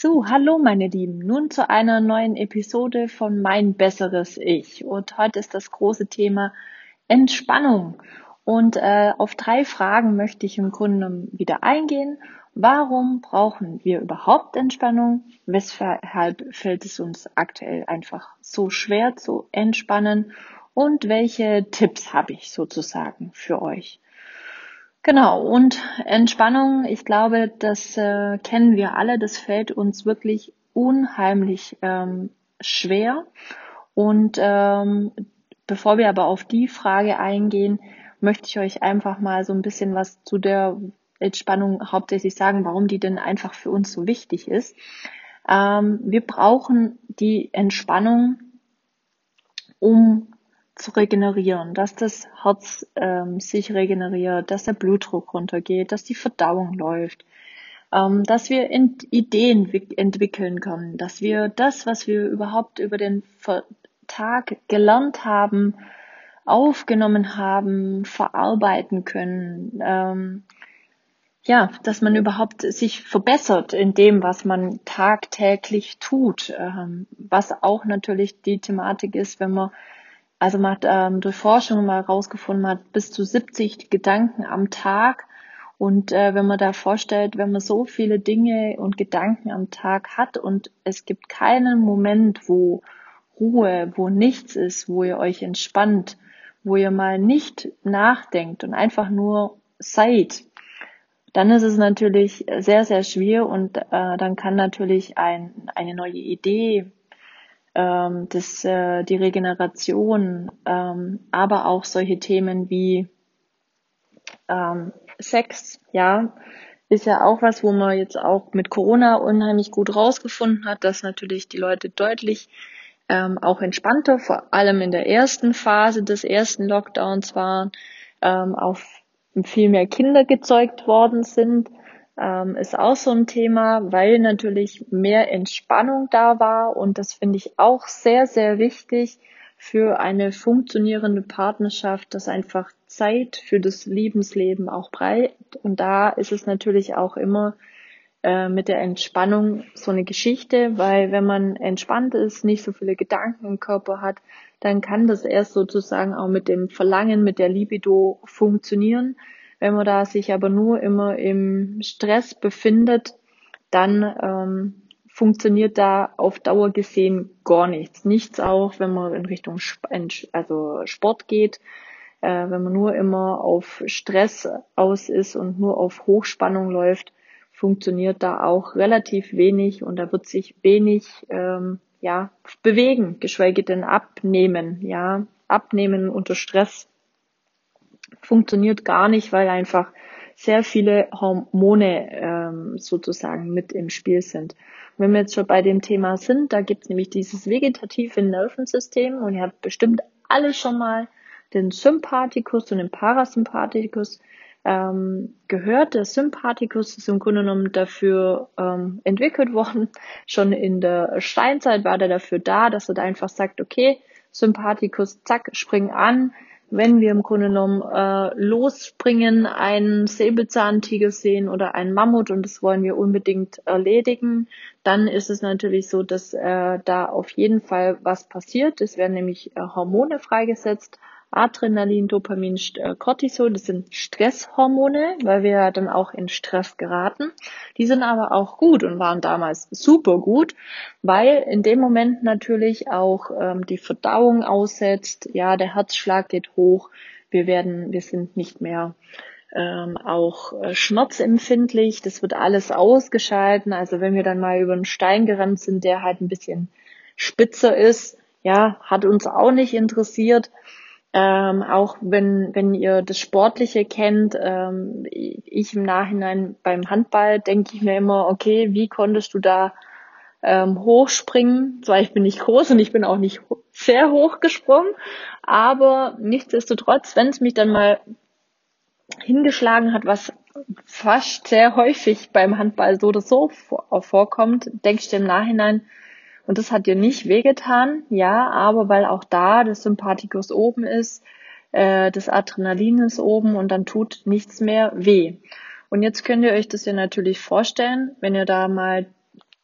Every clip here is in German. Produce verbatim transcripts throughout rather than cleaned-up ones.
So, hallo meine Lieben, nun zu einer neuen Episode von Mein besseres Ich. Und heute ist das große Thema Entspannung. Und äh, auf drei Fragen möchte ich im Grunde wieder eingehen. Warum brauchen wir überhaupt Entspannung? Weshalb fällt es uns aktuell einfach so schwer zu entspannen? Und welche Tipps habe ich sozusagen für euch? Genau, und Entspannung, ich glaube, das äh, kennen wir alle, das fällt uns wirklich unheimlich ähm, schwer. Und ähm, bevor wir aber auf die Frage eingehen, möchte ich euch einfach mal so ein bisschen was zu der Entspannung hauptsächlich sagen, warum die denn einfach für uns so wichtig ist. Ähm, wir brauchen die Entspannung, um zu regenerieren, dass das Herz ähm, sich regeneriert, dass der Blutdruck runtergeht, dass die Verdauung läuft, ähm, dass wir Ent- Ideen wi- entwickeln können, dass wir das, was wir überhaupt über den Ver- Tag gelernt haben, aufgenommen haben, verarbeiten können, ähm, ja, dass man überhaupt sich verbessert in dem, was man tagtäglich tut, ähm, was auch natürlich die Thematik ist, wenn man also man hat ähm, durch Forschung mal herausgefunden, man hat bis zu siebzig Gedanken am Tag. Und äh, wenn man da vorstellt, wenn man so viele Dinge und Gedanken am Tag hat und es gibt keinen Moment, wo Ruhe, wo nichts ist, wo ihr euch entspannt, wo ihr mal nicht nachdenkt und einfach nur seid, dann ist es natürlich sehr, sehr schwer und äh, dann kann natürlich ein, eine neue Idee, ähm, das, äh, die Regeneration, ähm, aber auch solche Themen wie ähm, Sex, ja, ist ja auch was, wo man jetzt auch mit Corona unheimlich gut rausgefunden hat, dass natürlich die Leute deutlich ähm, auch entspannter, vor allem in der ersten Phase des ersten Lockdowns waren, ähm, auch viel mehr Kinder gezeugt worden sind, ähm, ist auch so ein Thema, weil natürlich mehr Entspannung da war und das finde ich auch sehr, sehr wichtig für eine funktionierende Partnerschaft, dass einfach Zeit für das Lebensleben auch breit und da ist es natürlich auch immer äh, mit der Entspannung so eine Geschichte, weil wenn man entspannt ist, nicht so viele Gedanken im Körper hat, dann kann das erst sozusagen auch mit dem Verlangen, mit der Libido funktionieren. Wenn man da sich aber nur immer im Stress befindet, dann ähm, funktioniert da auf Dauer gesehen gar nichts. Nichts auch, wenn man in Richtung Sp also Sport geht, äh, wenn man nur immer auf Stress aus ist und nur auf Hochspannung läuft, funktioniert da auch relativ wenig und da wird sich wenig ähm, ja bewegen, geschweige denn abnehmen, ja abnehmen unter Stress funktioniert gar nicht, weil einfach sehr viele Hormone ähm, sozusagen mit im Spiel sind. Und wenn wir jetzt schon bei dem Thema sind, da gibt es nämlich dieses vegetative Nervensystem und ihr habt bestimmt alle schon mal den Sympathikus und den Parasympathikus ähm, gehört. Der Sympathikus ist im Grunde genommen dafür ähm, entwickelt worden. Schon in der Steinzeit war der dafür da, dass er da einfach sagt, okay, Sympathikus, zack, spring an. Wenn wir im Grunde genommen äh, losspringen, einen Säbelzahntiger sehen oder einen Mammut und das wollen wir unbedingt erledigen, dann ist es natürlich so, dass äh, da auf jeden Fall was passiert. Es werden nämlich äh, Hormone freigesetzt, Adrenalin, Dopamin, äh, Cortisol, das sind Stresshormone, weil wir ja dann auch in Stress geraten. Die sind aber auch gut und waren damals super gut, weil in dem Moment natürlich auch ähm, die Verdauung aussetzt, ja, der Herzschlag geht hoch, wir werden, wir sind nicht mehr ähm, auch äh, schmerzempfindlich, das wird alles ausgeschalten, also wenn wir dann mal über einen Stein gerannt sind, der halt ein bisschen spitzer ist, ja, hat uns auch nicht interessiert. Ähm, auch wenn, wenn ihr das Sportliche kennt, ähm, ich im Nachhinein beim Handball denke ich mir immer, okay, wie konntest du da ähm, hochspringen? Zwar ich bin nicht groß und ich bin auch nicht ho- sehr hoch gesprungen, aber nichtsdestotrotz, wenn es mich dann mal hingeschlagen hat, was fast sehr häufig beim Handball so oder so vor, vorkommt, denke ich dir im Nachhinein, und das hat dir nicht wehgetan, ja, aber weil auch da das Sympathikus oben ist, äh, das Adrenalin ist oben und dann tut nichts mehr weh. Und jetzt könnt ihr euch das ja natürlich vorstellen, wenn ihr da mal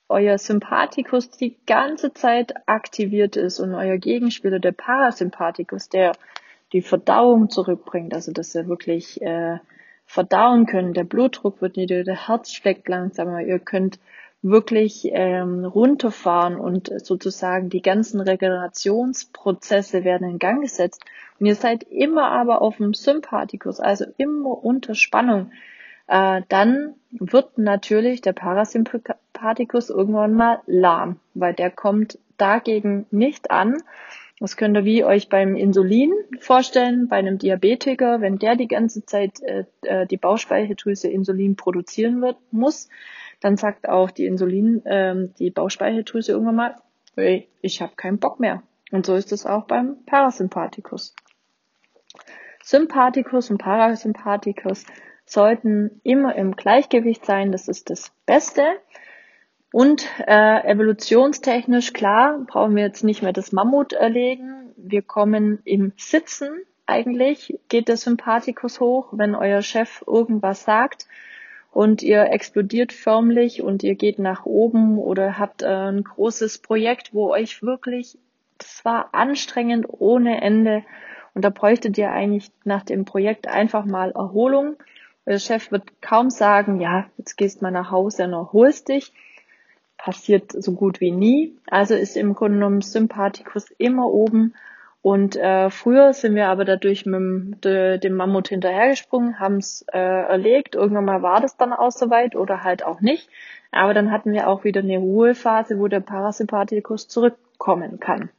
euer Sympathikus die ganze Zeit aktiviert ist und euer Gegenspieler, der Parasympathikus, der die Verdauung zurückbringt, also dass ihr wirklich äh, verdauen könnt, der Blutdruck wird niedriger, der Herz schlägt langsamer, ihr könnt wirklich ähm, runterfahren und sozusagen die ganzen Regenerationsprozesse werden in Gang gesetzt. Und ihr seid immer aber auf dem Sympathikus, also immer unter Spannung. Äh, dann wird natürlich der Parasympathikus irgendwann mal lahm, weil der kommt dagegen nicht an. Das könnt ihr wie euch beim Insulin vorstellen, bei einem Diabetiker, wenn der die ganze Zeit äh, die Bauchspeicheldrüse Insulin produzieren wird, muss, dann sagt auch die Insulin, ähm, die Bauchspeicheldrüse irgendwann mal, hey, ich habe keinen Bock mehr. Und so ist es auch beim Parasympathikus. Sympathikus und Parasympathikus sollten immer im Gleichgewicht sein, das ist das Beste. Und äh, evolutionstechnisch, klar, brauchen wir jetzt nicht mehr das Mammut erlegen. Wir kommen im Sitzen eigentlich, geht der Sympathikus hoch, wenn euer Chef irgendwas sagt und ihr explodiert förmlich und ihr geht nach oben oder habt äh, ein großes Projekt, wo euch wirklich, das war anstrengend ohne Ende und da bräuchtet ihr eigentlich nach dem Projekt einfach mal Erholung. Euer Chef wird kaum sagen, ja, jetzt gehst mal nach Hause und erholst dich. Passiert so gut wie nie. Also ist im Grunde genommen Sympathikus immer oben. Und äh, früher sind wir aber dadurch mit dem, de, dem Mammut hinterhergesprungen, haben es äh, erlegt. Irgendwann mal war das dann auch soweit oder halt auch nicht. Aber dann hatten wir auch wieder eine Ruhephase, wo der Parasympathikus zurückkommen kann.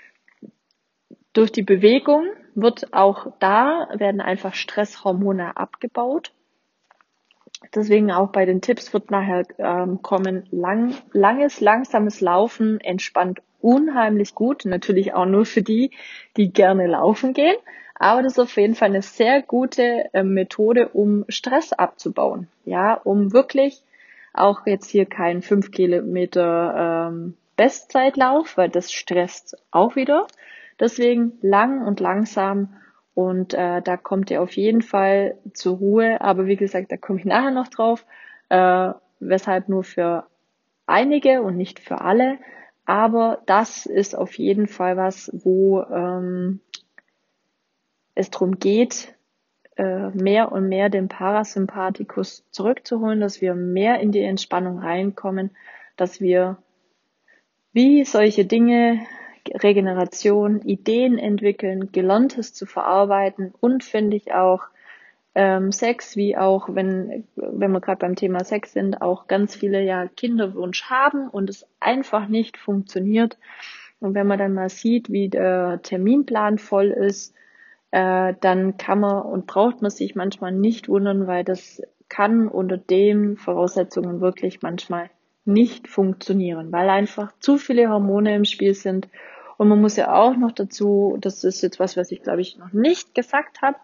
Durch die Bewegung wird auch da, werden einfach Stresshormone abgebaut. Deswegen auch bei den Tipps wird nachher ähm, kommen, lang, langes, langsames Laufen entspannt unheimlich gut. Natürlich auch nur für die, die gerne laufen gehen. Aber das ist auf jeden Fall eine sehr gute äh, Methode, um Stress abzubauen. Ja, um wirklich auch jetzt hier keinen fünf Kilometer ähm, Bestzeitlauf, weil das stresst auch wieder. Deswegen lang und langsam. Und äh, da kommt ihr auf jeden Fall zur Ruhe. Aber wie gesagt, da komme ich nachher noch drauf, äh, weshalb nur für einige und nicht für alle. Aber das ist auf jeden Fall was, wo ähm, es darum geht, äh, mehr und mehr den Parasympathikus zurückzuholen, dass wir mehr in die Entspannung reinkommen, dass wir wie solche Dinge, Regeneration, Ideen entwickeln, Gelerntes zu verarbeiten und finde ich auch ähm, Sex, wie auch wenn wenn wir gerade beim Thema Sex sind, auch ganz viele ja Kinderwunsch haben und es einfach nicht funktioniert. Und wenn man dann mal sieht, wie der Terminplan voll ist, äh, dann kann man und braucht man sich manchmal nicht wundern, weil das kann unter den Voraussetzungen wirklich manchmal nicht funktionieren, weil einfach zu viele Hormone im Spiel sind. Und man muss ja auch noch dazu, das ist jetzt was, was ich glaube ich noch nicht gesagt habe,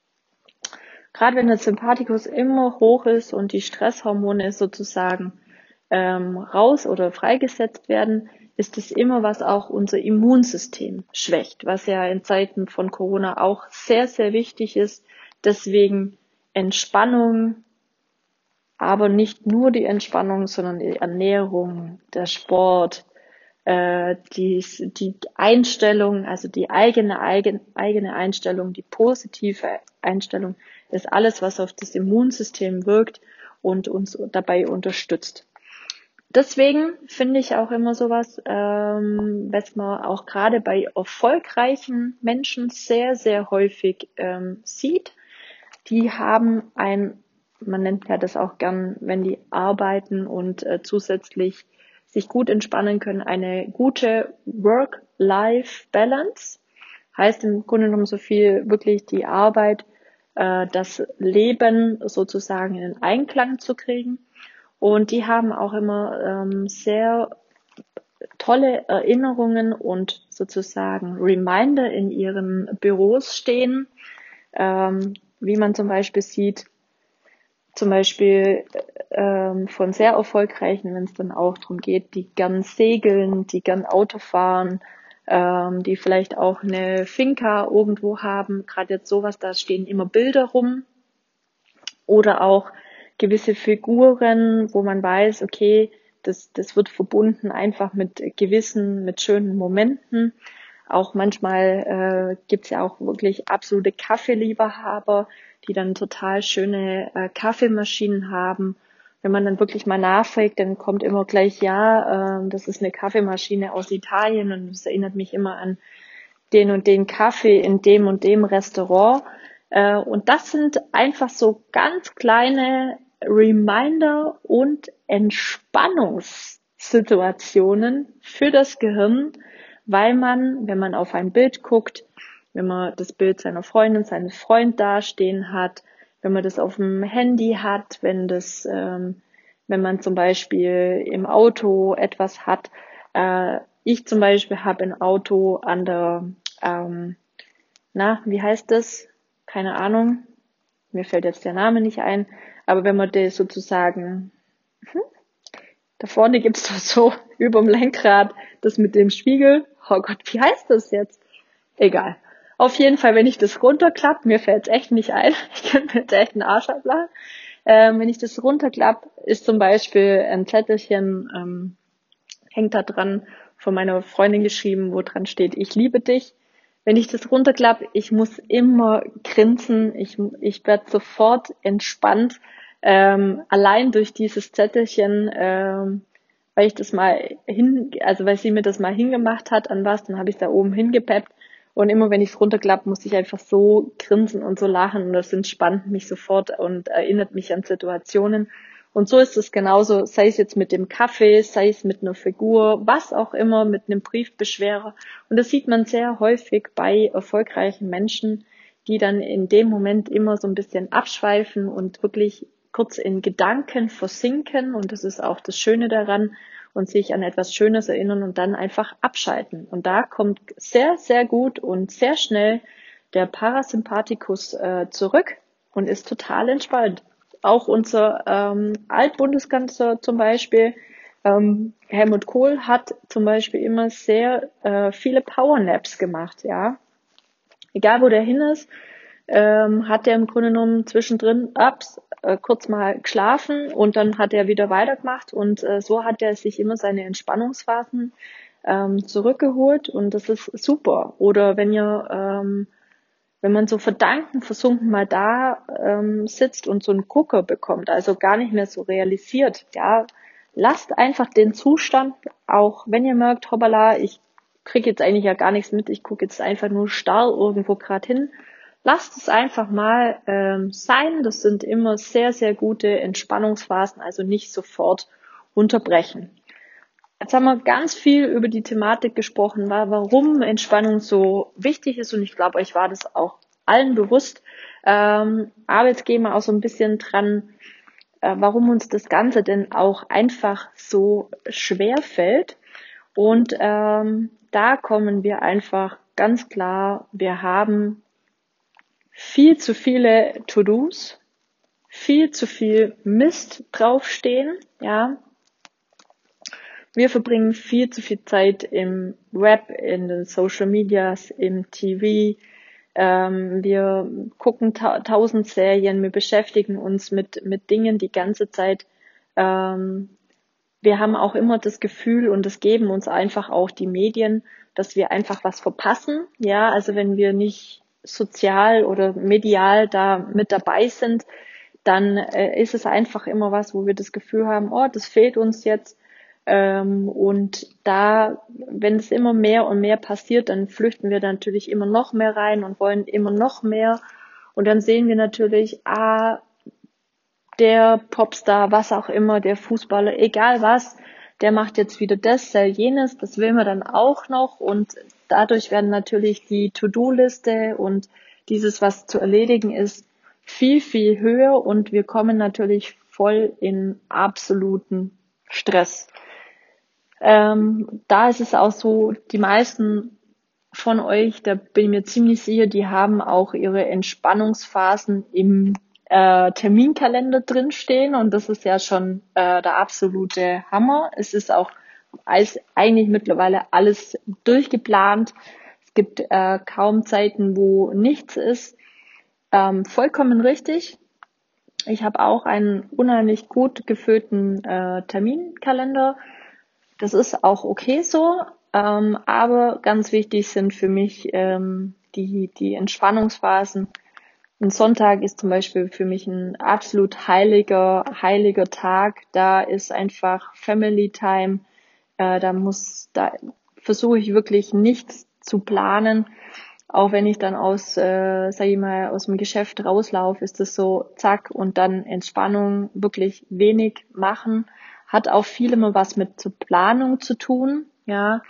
gerade wenn der Sympathikus immer hoch ist und die Stresshormone sozusagen ähm, raus oder freigesetzt werden, ist es immer, was auch unser Immunsystem schwächt, was ja in Zeiten von Corona auch sehr, sehr wichtig ist. Deswegen Entspannung, aber nicht nur die Entspannung, sondern die Ernährung, der Sport, äh, die, die Einstellung, also die eigene, eigene, eigene Einstellung, die positive Einstellung, ist alles, was auf das Immunsystem wirkt und uns dabei unterstützt. Deswegen finde ich auch immer sowas, ähm, was man auch gerade bei erfolgreichen Menschen sehr, sehr häufig ähm, sieht. Die haben ein, man nennt ja das auch gern, wenn die arbeiten und äh, zusätzlich sich gut entspannen können, eine gute Work-Life-Balance. Heißt im Grunde genommen so viel wirklich die Arbeit, äh, das Leben sozusagen in Einklang zu kriegen. Und die haben auch immer ähm, sehr tolle Erinnerungen und sozusagen Reminder in ihren Büros stehen, ähm, wie man zum Beispiel sieht, zum Beispiel ähm, von sehr erfolgreichen, wenn es dann auch darum geht, die gern segeln, die gern Auto fahren, ähm, die vielleicht auch eine Finca irgendwo haben, gerade jetzt sowas, da stehen immer Bilder rum oder auch gewisse Figuren, wo man weiß, okay, das, das wird verbunden einfach mit gewissen, mit schönen Momenten. Auch manchmal äh, gibt's ja auch wirklich absolute Kaffeeliebhaber, die dann total schöne äh, Kaffeemaschinen haben. Wenn man dann wirklich mal nachfragt, dann kommt immer gleich, ja, äh, das ist eine Kaffeemaschine aus Italien und das erinnert mich immer an den und den Kaffee in dem und dem Restaurant. Äh, und das sind einfach so ganz kleine Reminder und Entspannungssituationen für das Gehirn, weil man, wenn man auf ein Bild guckt, wenn man das Bild seiner Freundin, seines Freundes dastehen hat, wenn man das auf dem Handy hat, wenn das, ähm, wenn man zum Beispiel im Auto etwas hat. Äh, ich zum Beispiel habe ein Auto an der, ähm, na, wie heißt das? Keine Ahnung. Mir fällt jetzt der Name nicht ein. Aber wenn man das sozusagen, hm, da vorne gibt's doch so überm Lenkrad das mit dem Spiegel. Oh Gott, wie heißt das jetzt? Egal. Auf jeden Fall, wenn ich das runterklappe, mir fällt's echt nicht ein. Ich könnte mir jetzt echt einen Arsch ablachen. Ähm, wenn ich das runterklappe, ist zum Beispiel ein Zettelchen, ähm, hängt da dran, von meiner Freundin geschrieben, wo dran steht, ich liebe dich. Wenn ich das runterklappe, ich muss immer grinsen, ich, ich werde sofort entspannt, ähm, allein durch dieses Zettelchen, ähm, weil ich das mal hin, also weil sie mir das mal hingemacht hat an was, dann habe ich da oben hingepeppt und immer wenn ich es runterklappe, muss ich einfach so grinsen und so lachen und das entspannt mich sofort und erinnert mich an Situationen. Und so ist es genauso, sei es jetzt mit dem Kaffee, sei es mit einer Figur, was auch immer, mit einem Briefbeschwerer. Und das sieht man sehr häufig bei erfolgreichen Menschen, die dann in dem Moment immer so ein bisschen abschweifen und wirklich kurz in Gedanken versinken. Und das ist auch das Schöne daran und sich an etwas Schönes erinnern und dann einfach abschalten. Und da kommt sehr, sehr gut und sehr schnell der Parasympathikus äh, zurück und ist total entspannt. Auch unser ähm, Altbundeskanzler zum Beispiel, ähm, Helmut Kohl, hat zum Beispiel immer sehr äh, viele Powernaps gemacht, ja. Egal wo der hin ist, ähm, hat er im Grunde genommen zwischendrin ups, äh, kurz mal geschlafen und dann hat er wieder weitergemacht und äh, so hat er sich immer seine Entspannungsphasen ähm, zurückgeholt und das ist super. Oder wenn ihr ähm, wenn man so verdanken versunken mal da ähm, sitzt und so einen Gucker bekommt, also gar nicht mehr so realisiert, ja, lasst einfach den Zustand, auch wenn ihr merkt, hoppala, ich kriege jetzt eigentlich ja gar nichts mit, ich gucke jetzt einfach nur starr irgendwo gerade hin, lasst es einfach mal ähm, sein, das sind immer sehr, sehr gute Entspannungsphasen, also nicht sofort unterbrechen. Jetzt haben wir ganz viel über die Thematik gesprochen, warum Entspannung so wichtig ist und ich glaube, euch war das auch allen bewusst. Ähm, aber jetzt gehen wir auch so ein bisschen dran, äh, warum uns das Ganze denn auch einfach so schwer fällt. Und ähm, da kommen wir einfach ganz klar, wir haben viel zu viele To-Dos, viel zu viel Mist draufstehen, ja. Wir verbringen viel zu viel Zeit im Web, in den Social Medias, im T V. Ähm, wir gucken ta- tausend Serien, wir beschäftigen uns mit, mit Dingen die ganze Zeit. Ähm, wir haben auch immer das Gefühl und das geben uns einfach auch die Medien, dass wir einfach was verpassen. Ja, also wenn wir nicht sozial oder medial da mit dabei sind, dann äh, ist es einfach immer was, wo wir das Gefühl haben, oh, das fehlt uns jetzt. Ähm, und da, wenn es immer mehr und mehr passiert, dann flüchten wir da natürlich immer noch mehr rein und wollen immer noch mehr. Und dann sehen wir natürlich, ah, der Popstar, was auch immer, der Fußballer, egal was, der macht jetzt wieder das, der jenes, das will man dann auch noch. Und dadurch werden natürlich die To-Do-Liste und dieses, was zu erledigen ist, viel, viel höher und wir kommen natürlich voll in absoluten Stress. Ähm, da ist es auch so, die meisten von euch, da bin ich mir ziemlich sicher, die haben auch ihre Entspannungsphasen im äh, Terminkalender drinstehen und das ist ja schon äh, der absolute Hammer. Es ist auch als eigentlich mittlerweile alles durchgeplant. Es gibt äh, kaum Zeiten, wo nichts ist. Ähm, vollkommen richtig. Ich habe auch einen unheimlich gut gefüllten äh, Terminkalender. Das ist auch okay so, ähm, aber ganz wichtig sind für mich ähm, die, die Entspannungsphasen. Ein Sonntag ist zum Beispiel für mich ein absolut heiliger, heiliger Tag. Da ist einfach Family Time. Äh, da muss, da versuche ich wirklich nichts zu planen. Auch wenn ich dann aus, äh, sag ich mal, aus dem Geschäft rauslaufe, ist das so, zack, und dann Entspannung, wirklich wenig machen. Hat auch viel immer was mit zur Planung zu tun, ja.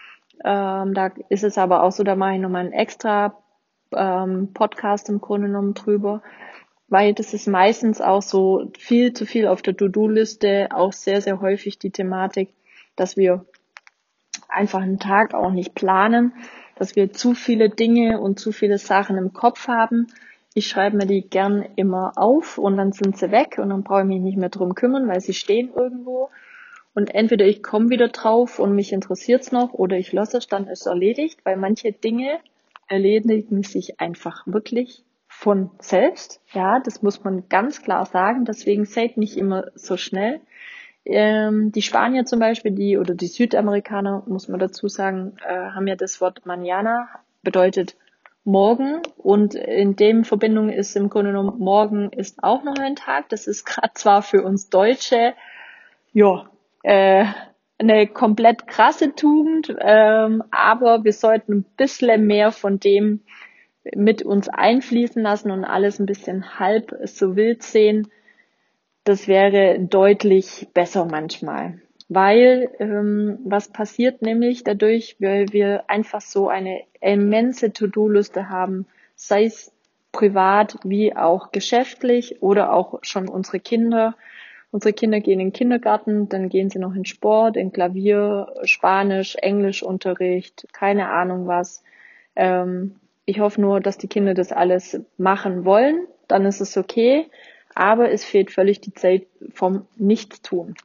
Ähm, da ist es aber auch so, da mache ich nochmal einen extra ähm, Podcast im Grunde genommen drüber, weil das ist meistens auch so viel zu viel auf der To-Do-Liste, auch sehr, sehr häufig die Thematik, dass wir einfach einen Tag auch nicht planen, dass wir zu viele Dinge und zu viele Sachen im Kopf haben. Ich schreibe mir die gern immer auf und dann sind sie weg und dann brauche ich mich nicht mehr drum kümmern, weil sie stehen irgendwo. Und entweder ich komme wieder drauf und mich interessiert's noch oder ich lasse es, dann ist erledigt, weil manche Dinge erledigen sich einfach wirklich von selbst. Ja, das muss man ganz klar sagen. Deswegen seid nicht immer so schnell. Ähm, die Spanier zum Beispiel, die oder die Südamerikaner, muss man dazu sagen, äh, haben ja das Wort mañana, bedeutet morgen, und in dem Verbindung ist im Grunde genommen morgen ist auch noch ein Tag. Das ist gerade zwar für uns Deutsche, ja, äh, eine komplett krasse Tugend, ähm, aber wir sollten ein bisschen mehr von dem mit uns einfließen lassen und alles ein bisschen halb so wild sehen. Das wäre deutlich besser manchmal, weil ähm, was passiert nämlich dadurch, weil wir einfach so eine immense To-Do-Liste haben, sei es privat wie auch geschäftlich oder auch schon unsere Kinder. Unsere Kinder gehen in den Kindergarten, dann gehen sie noch in Sport, in Klavier, Spanisch, Englischunterricht, keine Ahnung was. Ähm, ich hoffe nur, dass die Kinder das alles machen wollen, dann ist es okay. Aber es fehlt völlig die Zeit vom Nichtstun.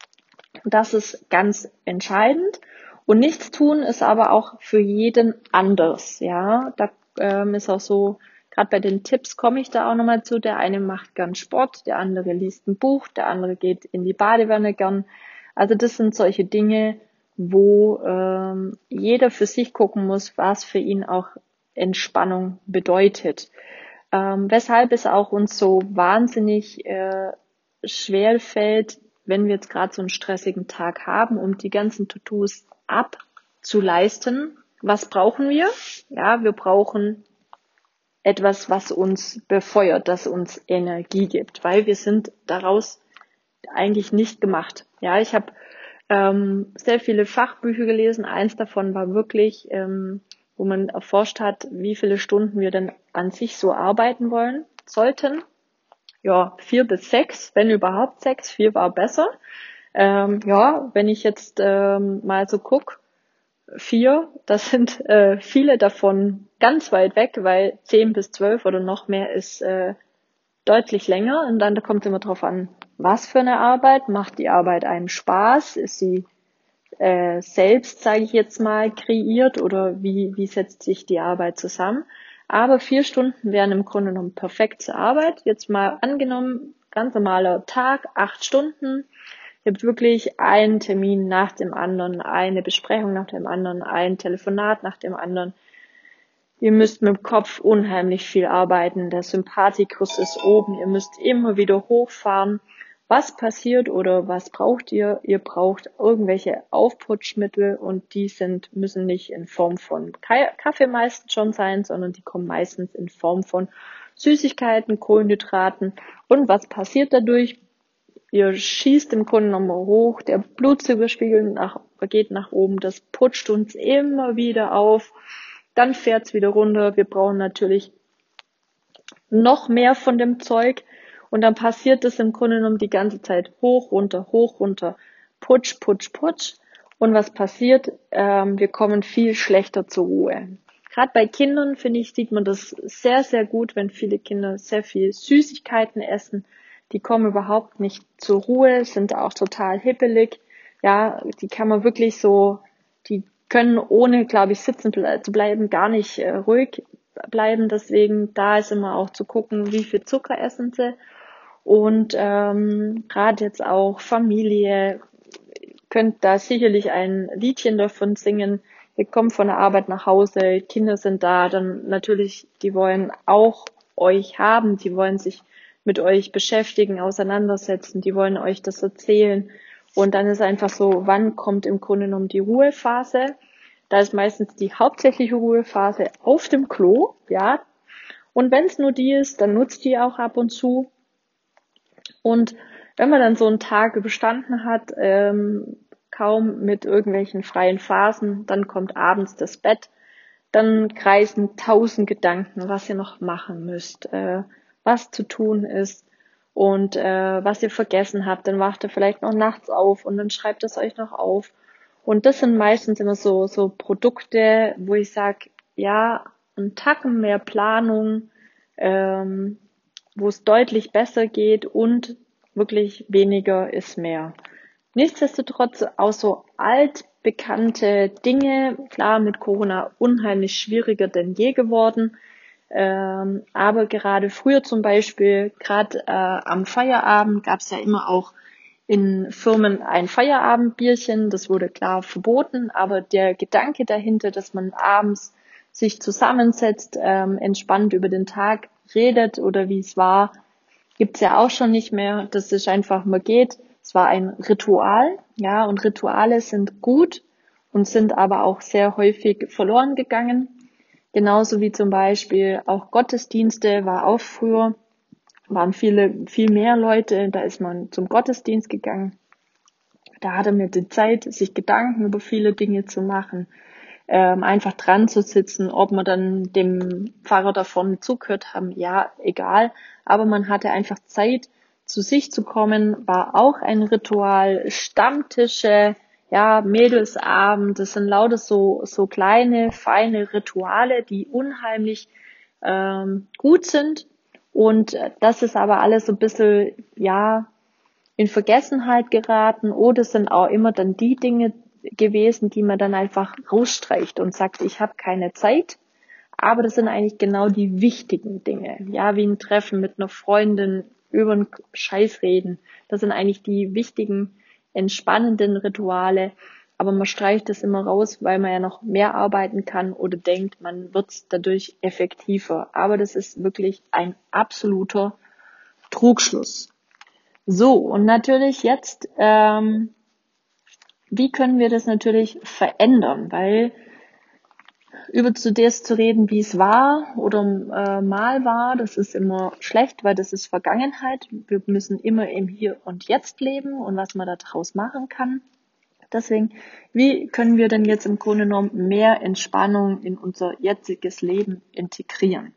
Das ist ganz entscheidend. Und Nichtstun ist aber auch für jeden anders. Ja, da ähm, ist auch so, gerade bei den Tipps komme ich da auch nochmal zu. Der eine macht gern Sport, der andere liest ein Buch, der andere geht in die Badewanne gern. Also das sind solche Dinge, wo ähm, jeder für sich gucken muss, was für ihn auch Entspannung bedeutet. Ähm, weshalb es auch uns so wahnsinnig äh, schwer fällt, wenn wir jetzt gerade so einen stressigen Tag haben, um die ganzen To-Dos abzuleisten. Was brauchen wir? Ja, wir brauchen etwas, was uns befeuert, das uns Energie gibt, weil wir sind daraus eigentlich nicht gemacht. Ja, ich habe ähm, sehr viele Fachbücher gelesen. Eins davon war wirklich, ähm, wo man erforscht hat, wie viele Stunden wir denn an sich so arbeiten wollen sollten. Ja, vier bis sechs, wenn überhaupt sechs, vier war besser. Ähm, ja, wenn ich jetzt ähm, mal so guck, vier, das sind äh, viele davon ganz weit weg, weil zehn bis zwölf oder noch mehr ist äh, deutlich länger. Und dann da kommt es immer drauf an, was für eine Arbeit, macht die Arbeit einem Spaß, ist sie äh, selbst, sage ich jetzt mal, kreiert oder wie, wie setzt sich die Arbeit zusammen. Aber vier Stunden wären im Grunde genommen perfekt zur Arbeit. Jetzt mal angenommen, ganz normaler Tag, acht Stunden. Ihr habt wirklich einen Termin nach dem anderen, eine Besprechung nach dem anderen, ein Telefonat nach dem anderen. Ihr müsst mit dem Kopf unheimlich viel arbeiten. Der Sympathikus ist oben. Ihr müsst immer wieder hochfahren. Was passiert oder was braucht ihr? Ihr braucht irgendwelche Aufputschmittel und die sind, müssen nicht in Form von Kaffee meistens schon sein, sondern die kommen meistens in Form von Süßigkeiten, Kohlenhydraten. Und was passiert dadurch? Ihr schießt im Grunde nochmal hoch, der Blutzuckerspiegel nach, geht nach oben, das putscht uns immer wieder auf. Dann fährt's wieder runter. Wir brauchen natürlich noch mehr von dem Zeug. Und dann passiert es im Grunde genommen die ganze Zeit hoch, runter, hoch, runter, putsch, putsch, putsch. Und was passiert? Ähm, wir kommen viel schlechter zur Ruhe. Gerade bei Kindern, finde ich, sieht man das sehr, sehr gut, wenn viele Kinder sehr viel Süßigkeiten essen. Die kommen überhaupt nicht zur Ruhe, sind auch total hippelig. Ja, die kann man wirklich so, die können ohne, glaube ich, sitzen ble- zu bleiben, gar nicht äh, ruhig bleiben. Deswegen da ist immer auch zu gucken, wie viel Zucker essen sie. Und ähm, gerade jetzt auch Familie, könnt da sicherlich ein Liedchen davon singen. Ihr kommt von der Arbeit nach Hause, Kinder sind da, dann natürlich, die wollen auch euch haben, die wollen sich mit euch beschäftigen, auseinandersetzen, die wollen euch das erzählen. Und dann ist einfach so, wann kommt im Grunde genommen die Ruhephase? Da ist meistens die hauptsächliche Ruhephase auf dem Klo, ja. Und wenn es nur die ist, dann nutzt die auch ab und zu. Und wenn man dann so einen Tag überstanden hat, ähm, kaum mit irgendwelchen freien Phasen, dann kommt abends das Bett, dann kreisen tausend Gedanken, was ihr noch machen müsst, äh, was zu tun ist und äh, was ihr vergessen habt. Dann wacht ihr vielleicht noch nachts auf und dann schreibt es euch noch auf. Und das sind meistens immer so so Produkte, wo ich sage, ja, ein Tacken mehr Planung, ähm, wo es deutlich besser geht und wirklich weniger ist mehr. Nichtsdestotrotz auch so altbekannte Dinge, klar mit Corona unheimlich schwieriger denn je geworden, ähm, aber gerade früher zum Beispiel, gerade äh, am Feierabend gab es ja immer auch in Firmen ein Feierabendbierchen, das wurde klar verboten, aber der Gedanke dahinter, dass man abends sich zusammensetzt, ähm, entspannt über den Tag redet oder wie es war, gibt's ja auch schon nicht mehr. Das ist einfach, man geht. Es war ein Ritual, ja, und Rituale sind gut und sind aber auch sehr häufig verloren gegangen. Genauso wie zum Beispiel auch Gottesdienste war auch früher, waren viele, viel mehr Leute, da ist man zum Gottesdienst gegangen. Da hatte man die Zeit, sich Gedanken über viele Dinge zu machen, ähm, einfach dran zu sitzen, ob man dann dem Pfarrer davon zugehört haben, ja, egal. Aber man hatte einfach Zeit, zu sich zu kommen, war auch ein Ritual, Stammtische, ja, Mädelsabend, das sind lauter so, so kleine, feine Rituale, die unheimlich ähm, gut sind. Und das ist aber alles so ein bisschen, ja, in Vergessenheit geraten oder sind auch immer dann die Dinge gewesen, die man dann einfach rausstreicht und sagt, ich habe keine Zeit. Aber das sind eigentlich genau die wichtigen Dinge. Ja, wie ein Treffen mit einer Freundin, über einen Scheiß reden. Das sind eigentlich die wichtigen, entspannenden Rituale. Aber man streicht das immer raus, weil man ja noch mehr arbeiten kann oder denkt, man wird dadurch effektiver. Aber das ist wirklich ein absoluter Trugschluss. So, und natürlich jetzt, ähm, wie können wir das natürlich verändern? Weil über zu das zu reden, wie es war oder äh, mal war, das ist immer schlecht, weil das ist Vergangenheit. Wir müssen immer im Hier und Jetzt leben und was man daraus machen kann. Deswegen, wie können wir denn jetzt im Grunde genommen mehr Entspannung in unser jetziges Leben integrieren?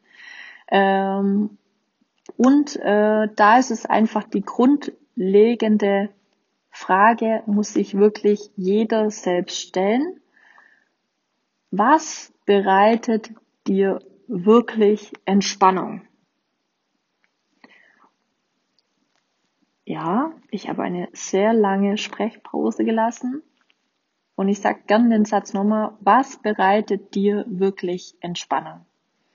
Ähm, und äh, da ist es einfach die grundlegende Frage, muss sich wirklich jeder selbst stellen. Was bereitet dir wirklich Entspannung? Ja, ich habe eine sehr lange Sprechpause gelassen und ich sage gern den Satz nochmal, was bereitet dir wirklich Entspannung?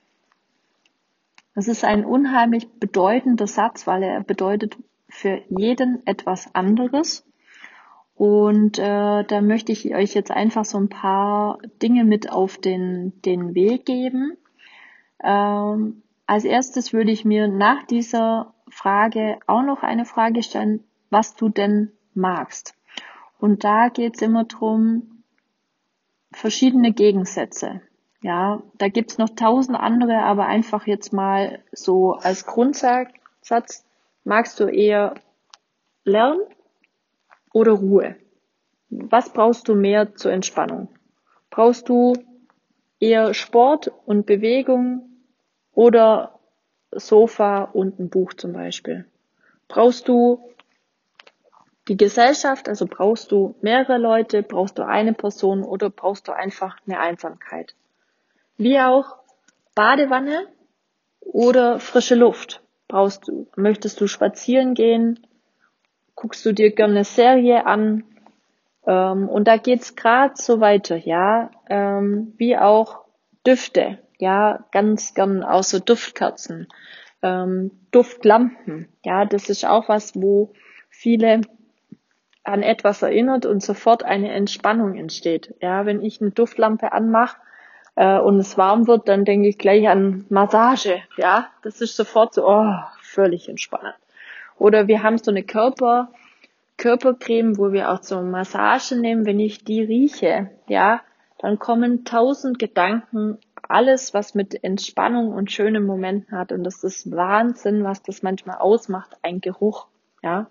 Das ist ein unheimlich bedeutender Satz, weil er bedeutet für jeden etwas anderes. Und äh, da möchte ich euch jetzt einfach so ein paar Dinge mit auf den, den Weg geben. Ähm, als erstes würde ich mir nach dieser Frage auch noch eine Frage stellen, was du denn magst. Und da geht's immer drum, verschiedene Gegensätze. Ja, da gibt's noch tausend andere, aber einfach jetzt mal so als Grundsatz, magst du eher Lernen oder Ruhe? Was brauchst du mehr zur Entspannung? Brauchst du eher Sport und Bewegung oder Sofa und ein Buch zum Beispiel? Brauchst du die Gesellschaft, also brauchst du mehrere Leute, brauchst du eine Person oder brauchst du einfach eine Einsamkeit? Wie auch Badewanne oder frische Luft brauchst du. Möchtest du spazieren gehen? Guckst du dir gerne eine Serie an? Ähm, und da geht's gerade so weiter, ja, ähm, wie auch Düfte, ja, ganz gern auch so Duftkerzen. Ähm, Duftlampen, ja, das ist auch was, wo viele an etwas erinnert und sofort eine Entspannung entsteht. Ja, wenn ich eine Duftlampe anmache äh, und es warm wird, dann denke ich gleich an Massage. Ja, das ist sofort so, oh, völlig entspannend. Oder wir haben so eine Körper Körpercreme, wo wir auch zur Massage nehmen. Wenn ich die rieche, ja, dann kommen tausend Gedanken, alles, was mit Entspannung und schönen Momenten hat. Und das ist Wahnsinn, was das manchmal ausmacht, ein Geruch, ja.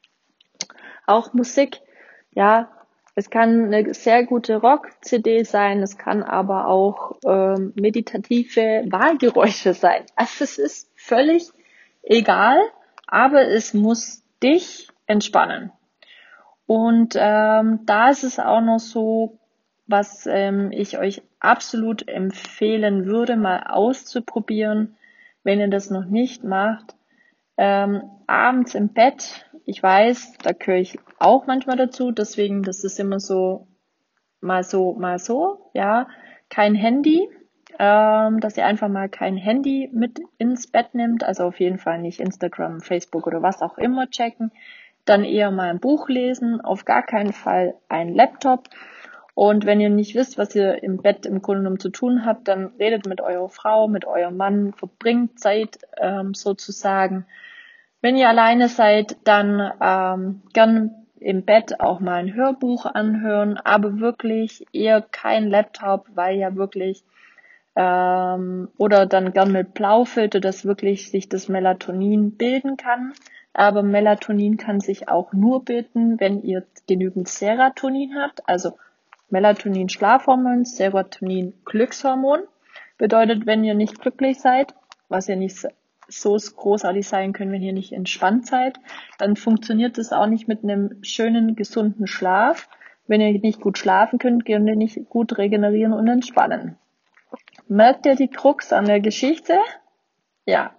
Auch Musik, ja, es kann eine sehr gute Rock-C D sein, es kann aber auch ähm, meditative Wahlgeräusche sein. Also es ist völlig egal, aber es muss dich entspannen. Und ähm, da ist es auch noch so, was ähm, ich euch absolut empfehlen würde, mal auszuprobieren, wenn ihr das noch nicht macht. Ähm, abends im Bett, ich weiß, da gehöre ich auch manchmal dazu, deswegen, das ist immer so, mal so, mal so, ja, kein Handy, ähm, dass ihr einfach mal kein Handy mit ins Bett nimmt, also auf jeden Fall nicht Instagram, Facebook oder was auch immer checken, dann eher mal ein Buch lesen, auf gar keinen Fall ein Laptop. Und wenn ihr nicht wisst, was ihr im Bett im Grunde genommen zu tun habt, dann redet mit eurer Frau, mit eurem Mann, verbringt Zeit ähm, sozusagen. Wenn ihr alleine seid, dann ähm, gern im Bett auch mal ein Hörbuch anhören, aber wirklich eher kein Laptop, weil ja wirklich ähm, oder dann gern mit Blaufilter, dass wirklich sich das Melatonin bilden kann. Aber Melatonin kann sich auch nur bilden, wenn ihr genügend Serotonin habt, also Melatonin Schlafhormon, Serotonin Glückshormon. Bedeutet, wenn ihr nicht glücklich seid, was ihr nicht so großartig sein könnt, wenn ihr nicht entspannt seid, dann funktioniert das auch nicht mit einem schönen, gesunden Schlaf. Wenn ihr nicht gut schlafen könnt, könnt ihr nicht gut regenerieren und entspannen. Merkt ihr die Krux an der Geschichte? Ja,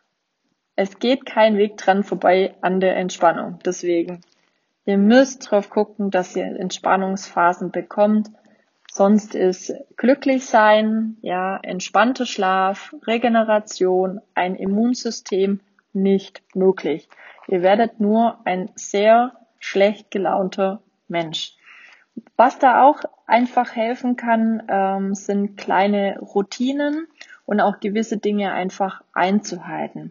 es geht kein Weg dran vorbei an der Entspannung. Deswegen, ihr müsst drauf gucken, dass ihr Entspannungsphasen bekommt. Sonst ist glücklich sein, ja, entspannter Schlaf, Regeneration, ein Immunsystem nicht möglich. Ihr werdet nur ein sehr schlecht gelaunter Mensch. Was da auch einfach helfen kann, ähm, sind kleine Routinen und auch gewisse Dinge einfach einzuhalten.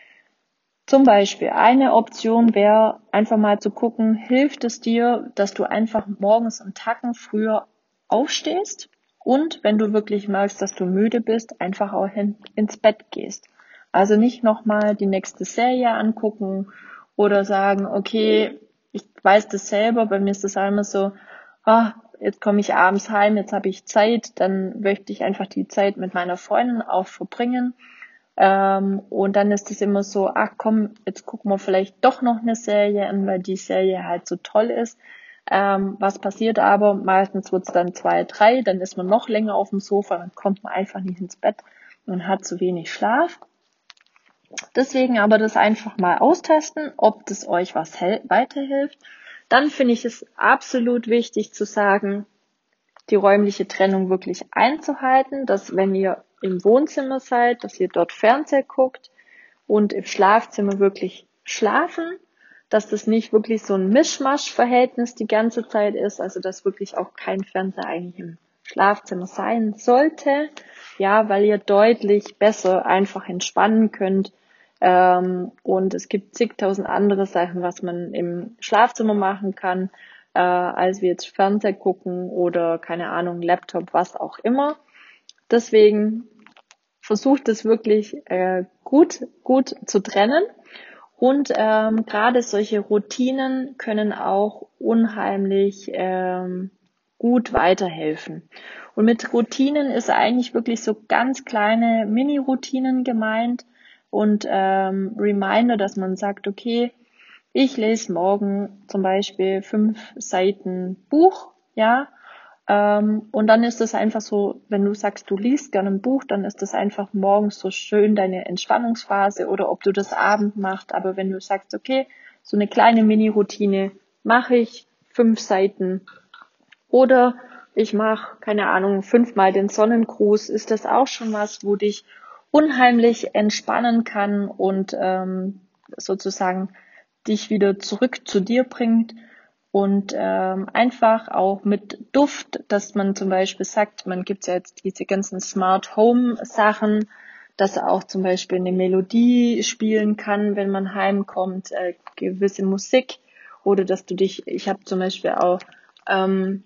Zum Beispiel eine Option wäre einfach mal zu gucken, hilft es dir, dass du einfach morgens einen Tacken früher aufstehst und wenn du wirklich merkst, dass du müde bist, einfach auch hin, ins Bett gehst. Also nicht nochmal die nächste Serie angucken oder sagen, okay, ich weiß das selber, bei mir ist das einmal so, ah, jetzt komme ich abends heim, jetzt habe ich Zeit, dann möchte ich einfach die Zeit mit meiner Freundin auch verbringen. Ähm, und dann ist es immer so, ach komm, jetzt gucken wir vielleicht doch noch eine Serie an, weil die Serie halt so toll ist. Ähm, was passiert aber? Meistens wird's dann zwei, drei, dann ist man noch länger auf dem Sofa, dann kommt man einfach nicht ins Bett und hat zu wenig Schlaf. Deswegen aber das einfach mal austesten, ob das euch was weiterhilft. Dann finde ich es absolut wichtig zu sagen, die räumliche Trennung wirklich einzuhalten, dass wenn ihr im Wohnzimmer seid, dass ihr dort Fernseher guckt und im Schlafzimmer wirklich schlafen, dass das nicht wirklich so ein Mischmasch-Verhältnis die ganze Zeit ist, also dass wirklich auch kein Fernseher eigentlich im Schlafzimmer sein sollte, ja, weil ihr deutlich besser einfach entspannen könnt. Ähm, und es gibt zigtausend andere Sachen, was man im Schlafzimmer machen kann, äh, als wir jetzt Fernseher gucken oder keine Ahnung, Laptop, was auch immer. Deswegen versucht es wirklich äh, gut, gut zu trennen. Und ähm, gerade solche Routinen können auch unheimlich ähm, gut weiterhelfen. Und mit Routinen ist eigentlich wirklich so ganz kleine Mini-Routinen gemeint und ähm, Reminder, dass man sagt, okay, ich lese morgen zum Beispiel fünf Seiten Buch, ja, ähm, und dann ist es einfach so, wenn du sagst, du liest gerne ein Buch, dann ist das einfach morgens so schön deine Entspannungsphase oder ob du das Abend machst. Aber wenn du sagst, okay, so eine kleine Mini-Routine mache ich fünf Seiten oder ich mache, keine Ahnung, fünfmal den Sonnengruß, ist das auch schon was, wo dich unheimlich entspannen kann und ähm, sozusagen dich wieder zurück zu dir bringt. Und ähm, einfach auch mit Duft, dass man zum Beispiel sagt, man gibt ja jetzt diese ganzen Smart Home Sachen, dass er auch zum Beispiel eine Melodie spielen kann, wenn man heimkommt, äh, gewisse Musik, oder dass du dich, ich habe zum Beispiel auch ähm,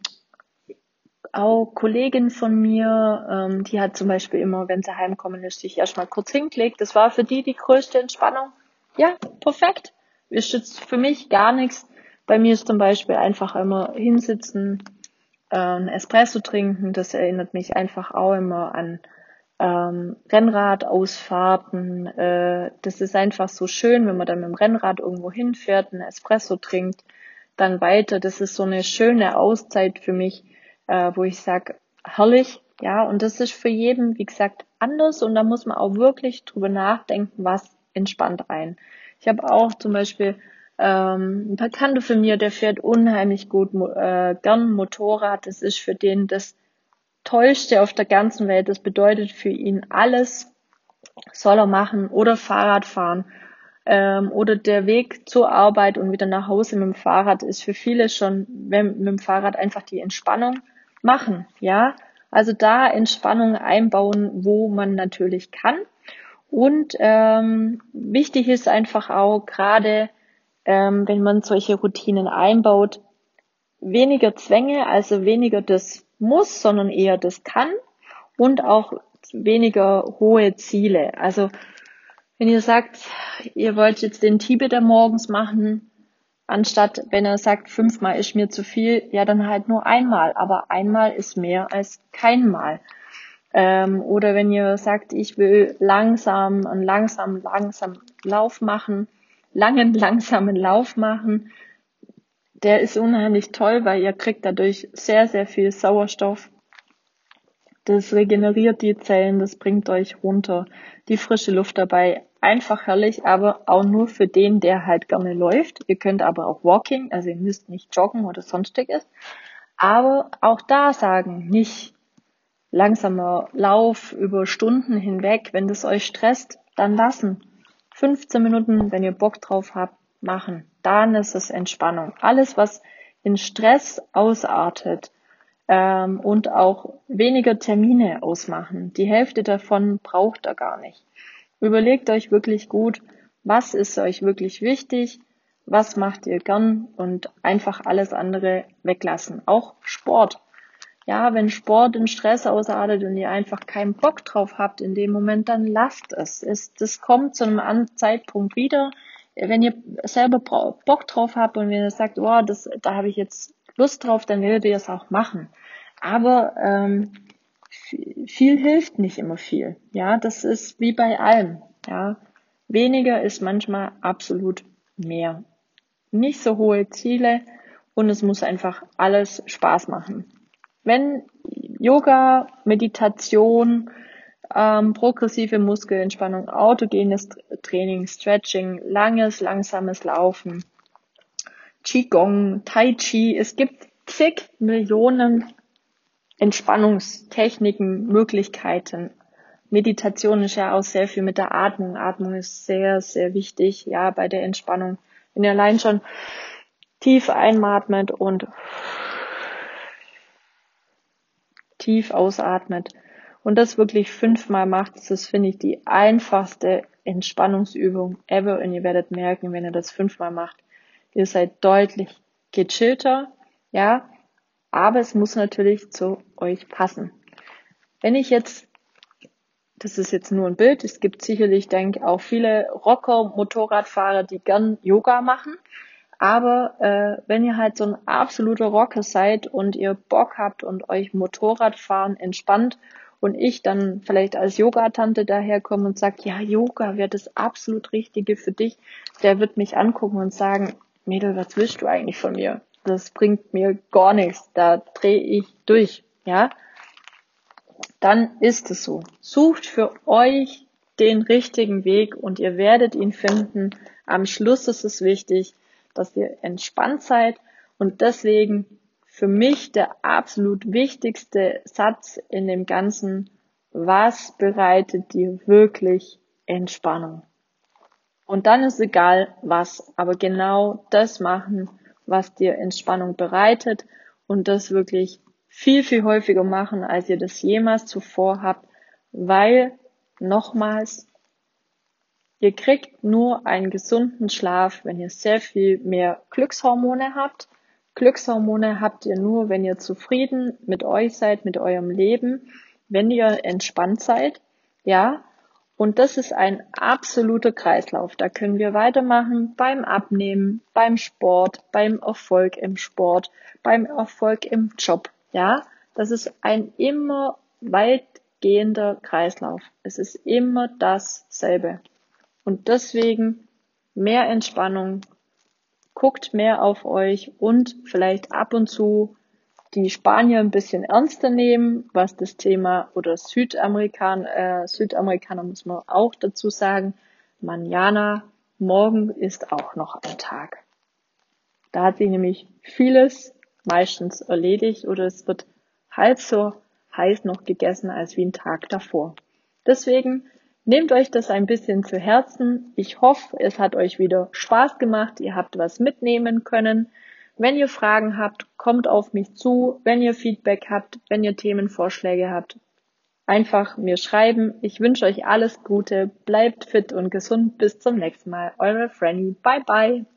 auch Kollegin von mir, ähm, die hat zum Beispiel immer, wenn sie heimkommen ist, sich erstmal kurz hingelegt. Das war für die die größte Entspannung. Ja, perfekt. Ist jetzt für mich gar nichts. Bei mir ist zum Beispiel einfach immer hinsitzen, äh, ein Espresso trinken. Das erinnert mich einfach auch immer an ähm, Rennradausfahrten. Äh, das ist einfach so schön, wenn man dann mit dem Rennrad irgendwo hinfährt, ein Espresso trinkt, dann weiter. Das ist so eine schöne Auszeit für mich, äh, wo ich sage, herrlich, ja, und das ist für jeden, wie gesagt, anders, und da muss man auch wirklich drüber nachdenken, was entspannt einen. Ich habe auch zum Beispiel ähm, ein Bekannter von mir, der fährt unheimlich gut äh, gern Motorrad. Das ist für den das Tollste auf der ganzen Welt. Das bedeutet für ihn alles, soll er machen, oder Fahrrad fahren. Ähm, oder der Weg zur Arbeit und wieder nach Hause mit dem Fahrrad ist für viele schon, wenn mit dem Fahrrad einfach die Entspannung machen, ja. Also da Entspannung einbauen, wo man natürlich kann. Und ähm, wichtig ist einfach auch, gerade ähm, wenn man solche Routinen einbaut, weniger Zwänge, also weniger das muss, sondern eher das kann, und auch weniger hohe Ziele. Also wenn ihr sagt, ihr wollt jetzt den Tibeter morgens machen, anstatt, wenn er sagt, fünfmal ist mir zu viel, ja, dann halt nur einmal. Aber einmal ist mehr als kein Mal. Ähm, oder wenn ihr sagt, ich will langsam, einen langsam, langsam Lauf machen, langen, langsamen Lauf machen, der ist unheimlich toll, weil ihr kriegt dadurch sehr, sehr viel Sauerstoff. Das regeneriert die Zellen, das bringt euch runter. Die frische Luft dabei, einfach herrlich, aber auch nur für den, der halt gerne läuft. Ihr könnt aber auch Walking, also ihr müsst nicht joggen oder sonstiges. Aber auch da sagen, nicht langsamer Lauf über Stunden hinweg. Wenn das euch stresst, dann lassen. fünfzehn Minuten, wenn ihr Bock drauf habt, machen. Dann ist es Entspannung. Alles, was in Stress ausartet, ähm, und auch weniger Termine ausmachen. Die Hälfte davon braucht ihr gar nicht. Überlegt euch wirklich gut, was ist euch wirklich wichtig, was macht ihr gern, und einfach alles andere weglassen. Auch Sport. Ja, wenn Sport in Stress ausartet und ihr einfach keinen Bock drauf habt in dem Moment, dann lasst es. es das kommt zu einem anderen Zeitpunkt wieder. Wenn ihr selber Bock drauf habt und wenn ihr sagt, oh, das, da habe ich jetzt Lust drauf, dann werdet ihr es auch machen. Aber ähm, viel hilft nicht immer viel. Ja, das ist wie bei allem. Ja, weniger ist manchmal absolut mehr. Nicht so hohe Ziele, und es muss einfach alles Spaß machen. Wenn Yoga, Meditation, ähm, progressive Muskelentspannung, autogenes Training, Stretching, langes, langsames Laufen, Qigong, Tai Chi, es gibt zig Millionen Entspannungstechniken, Möglichkeiten. Meditation ist ja auch sehr viel mit der Atmung. Atmung ist sehr, sehr wichtig, ja, bei der Entspannung. Wenn ihr allein schon tief einatmet und tief ausatmet und das wirklich fünfmal macht, das finde ich die einfachste Entspannungsübung ever, und ihr werdet merken, wenn ihr das fünfmal macht, ihr seid deutlich gechillter, ja, aber es muss natürlich zu euch passen. Wenn ich jetzt, das ist jetzt nur ein Bild, es gibt sicherlich, denke ich, auch viele Rocker, Motorradfahrer, die gern Yoga machen, aber äh, wenn ihr halt so ein absoluter Rocker seid und ihr Bock habt und euch Motorradfahren entspannt, und ich dann vielleicht als Yogatante daherkomme und sage, ja, Yoga wäre das absolut Richtige für dich, der wird mich angucken und sagen, Mädel, was willst du eigentlich von mir? Das bringt mir gar nichts, da drehe ich durch, ja. Dann ist es so. Sucht für euch den richtigen Weg und ihr werdet ihn finden. Am Schluss ist es wichtig, dass ihr entspannt seid, und deswegen für mich der absolut wichtigste Satz in dem Ganzen, was bereitet dir wirklich Entspannung? Und dann ist egal was, aber genau das machen, was dir Entspannung bereitet und das wirklich viel, viel häufiger machen, als ihr das jemals zuvor habt, weil, nochmals, ihr kriegt nur einen gesunden Schlaf, wenn ihr sehr viel mehr Glückshormone habt. Glückshormone habt ihr nur, wenn ihr zufrieden mit euch seid, mit eurem Leben, wenn ihr entspannt seid, ja. Und das ist ein absoluter Kreislauf. Da können wir weitermachen beim Abnehmen, beim Sport, beim Erfolg im Sport, beim Erfolg im Job, ja. Das ist ein immer weitgehender Kreislauf. Es ist immer dasselbe. Und deswegen mehr Entspannung, guckt mehr auf euch und vielleicht ab und zu die Spanier ein bisschen ernster nehmen, was das Thema, oder Südamerikaner, äh, Südamerikaner muss man auch dazu sagen, Mañana, morgen ist auch noch ein Tag. Da hat sich nämlich vieles meistens erledigt oder es wird halb so heiß noch gegessen als wie ein Tag davor. Deswegen nehmt euch das ein bisschen zu Herzen. Ich hoffe, es hat euch wieder Spaß gemacht. Ihr habt was mitnehmen können. Wenn ihr Fragen habt, kommt auf mich zu. Wenn ihr Feedback habt, wenn ihr Themenvorschläge habt, einfach mir schreiben. Ich wünsche euch alles Gute. Bleibt fit und gesund. Bis zum nächsten Mal. Eure Franny. Bye bye.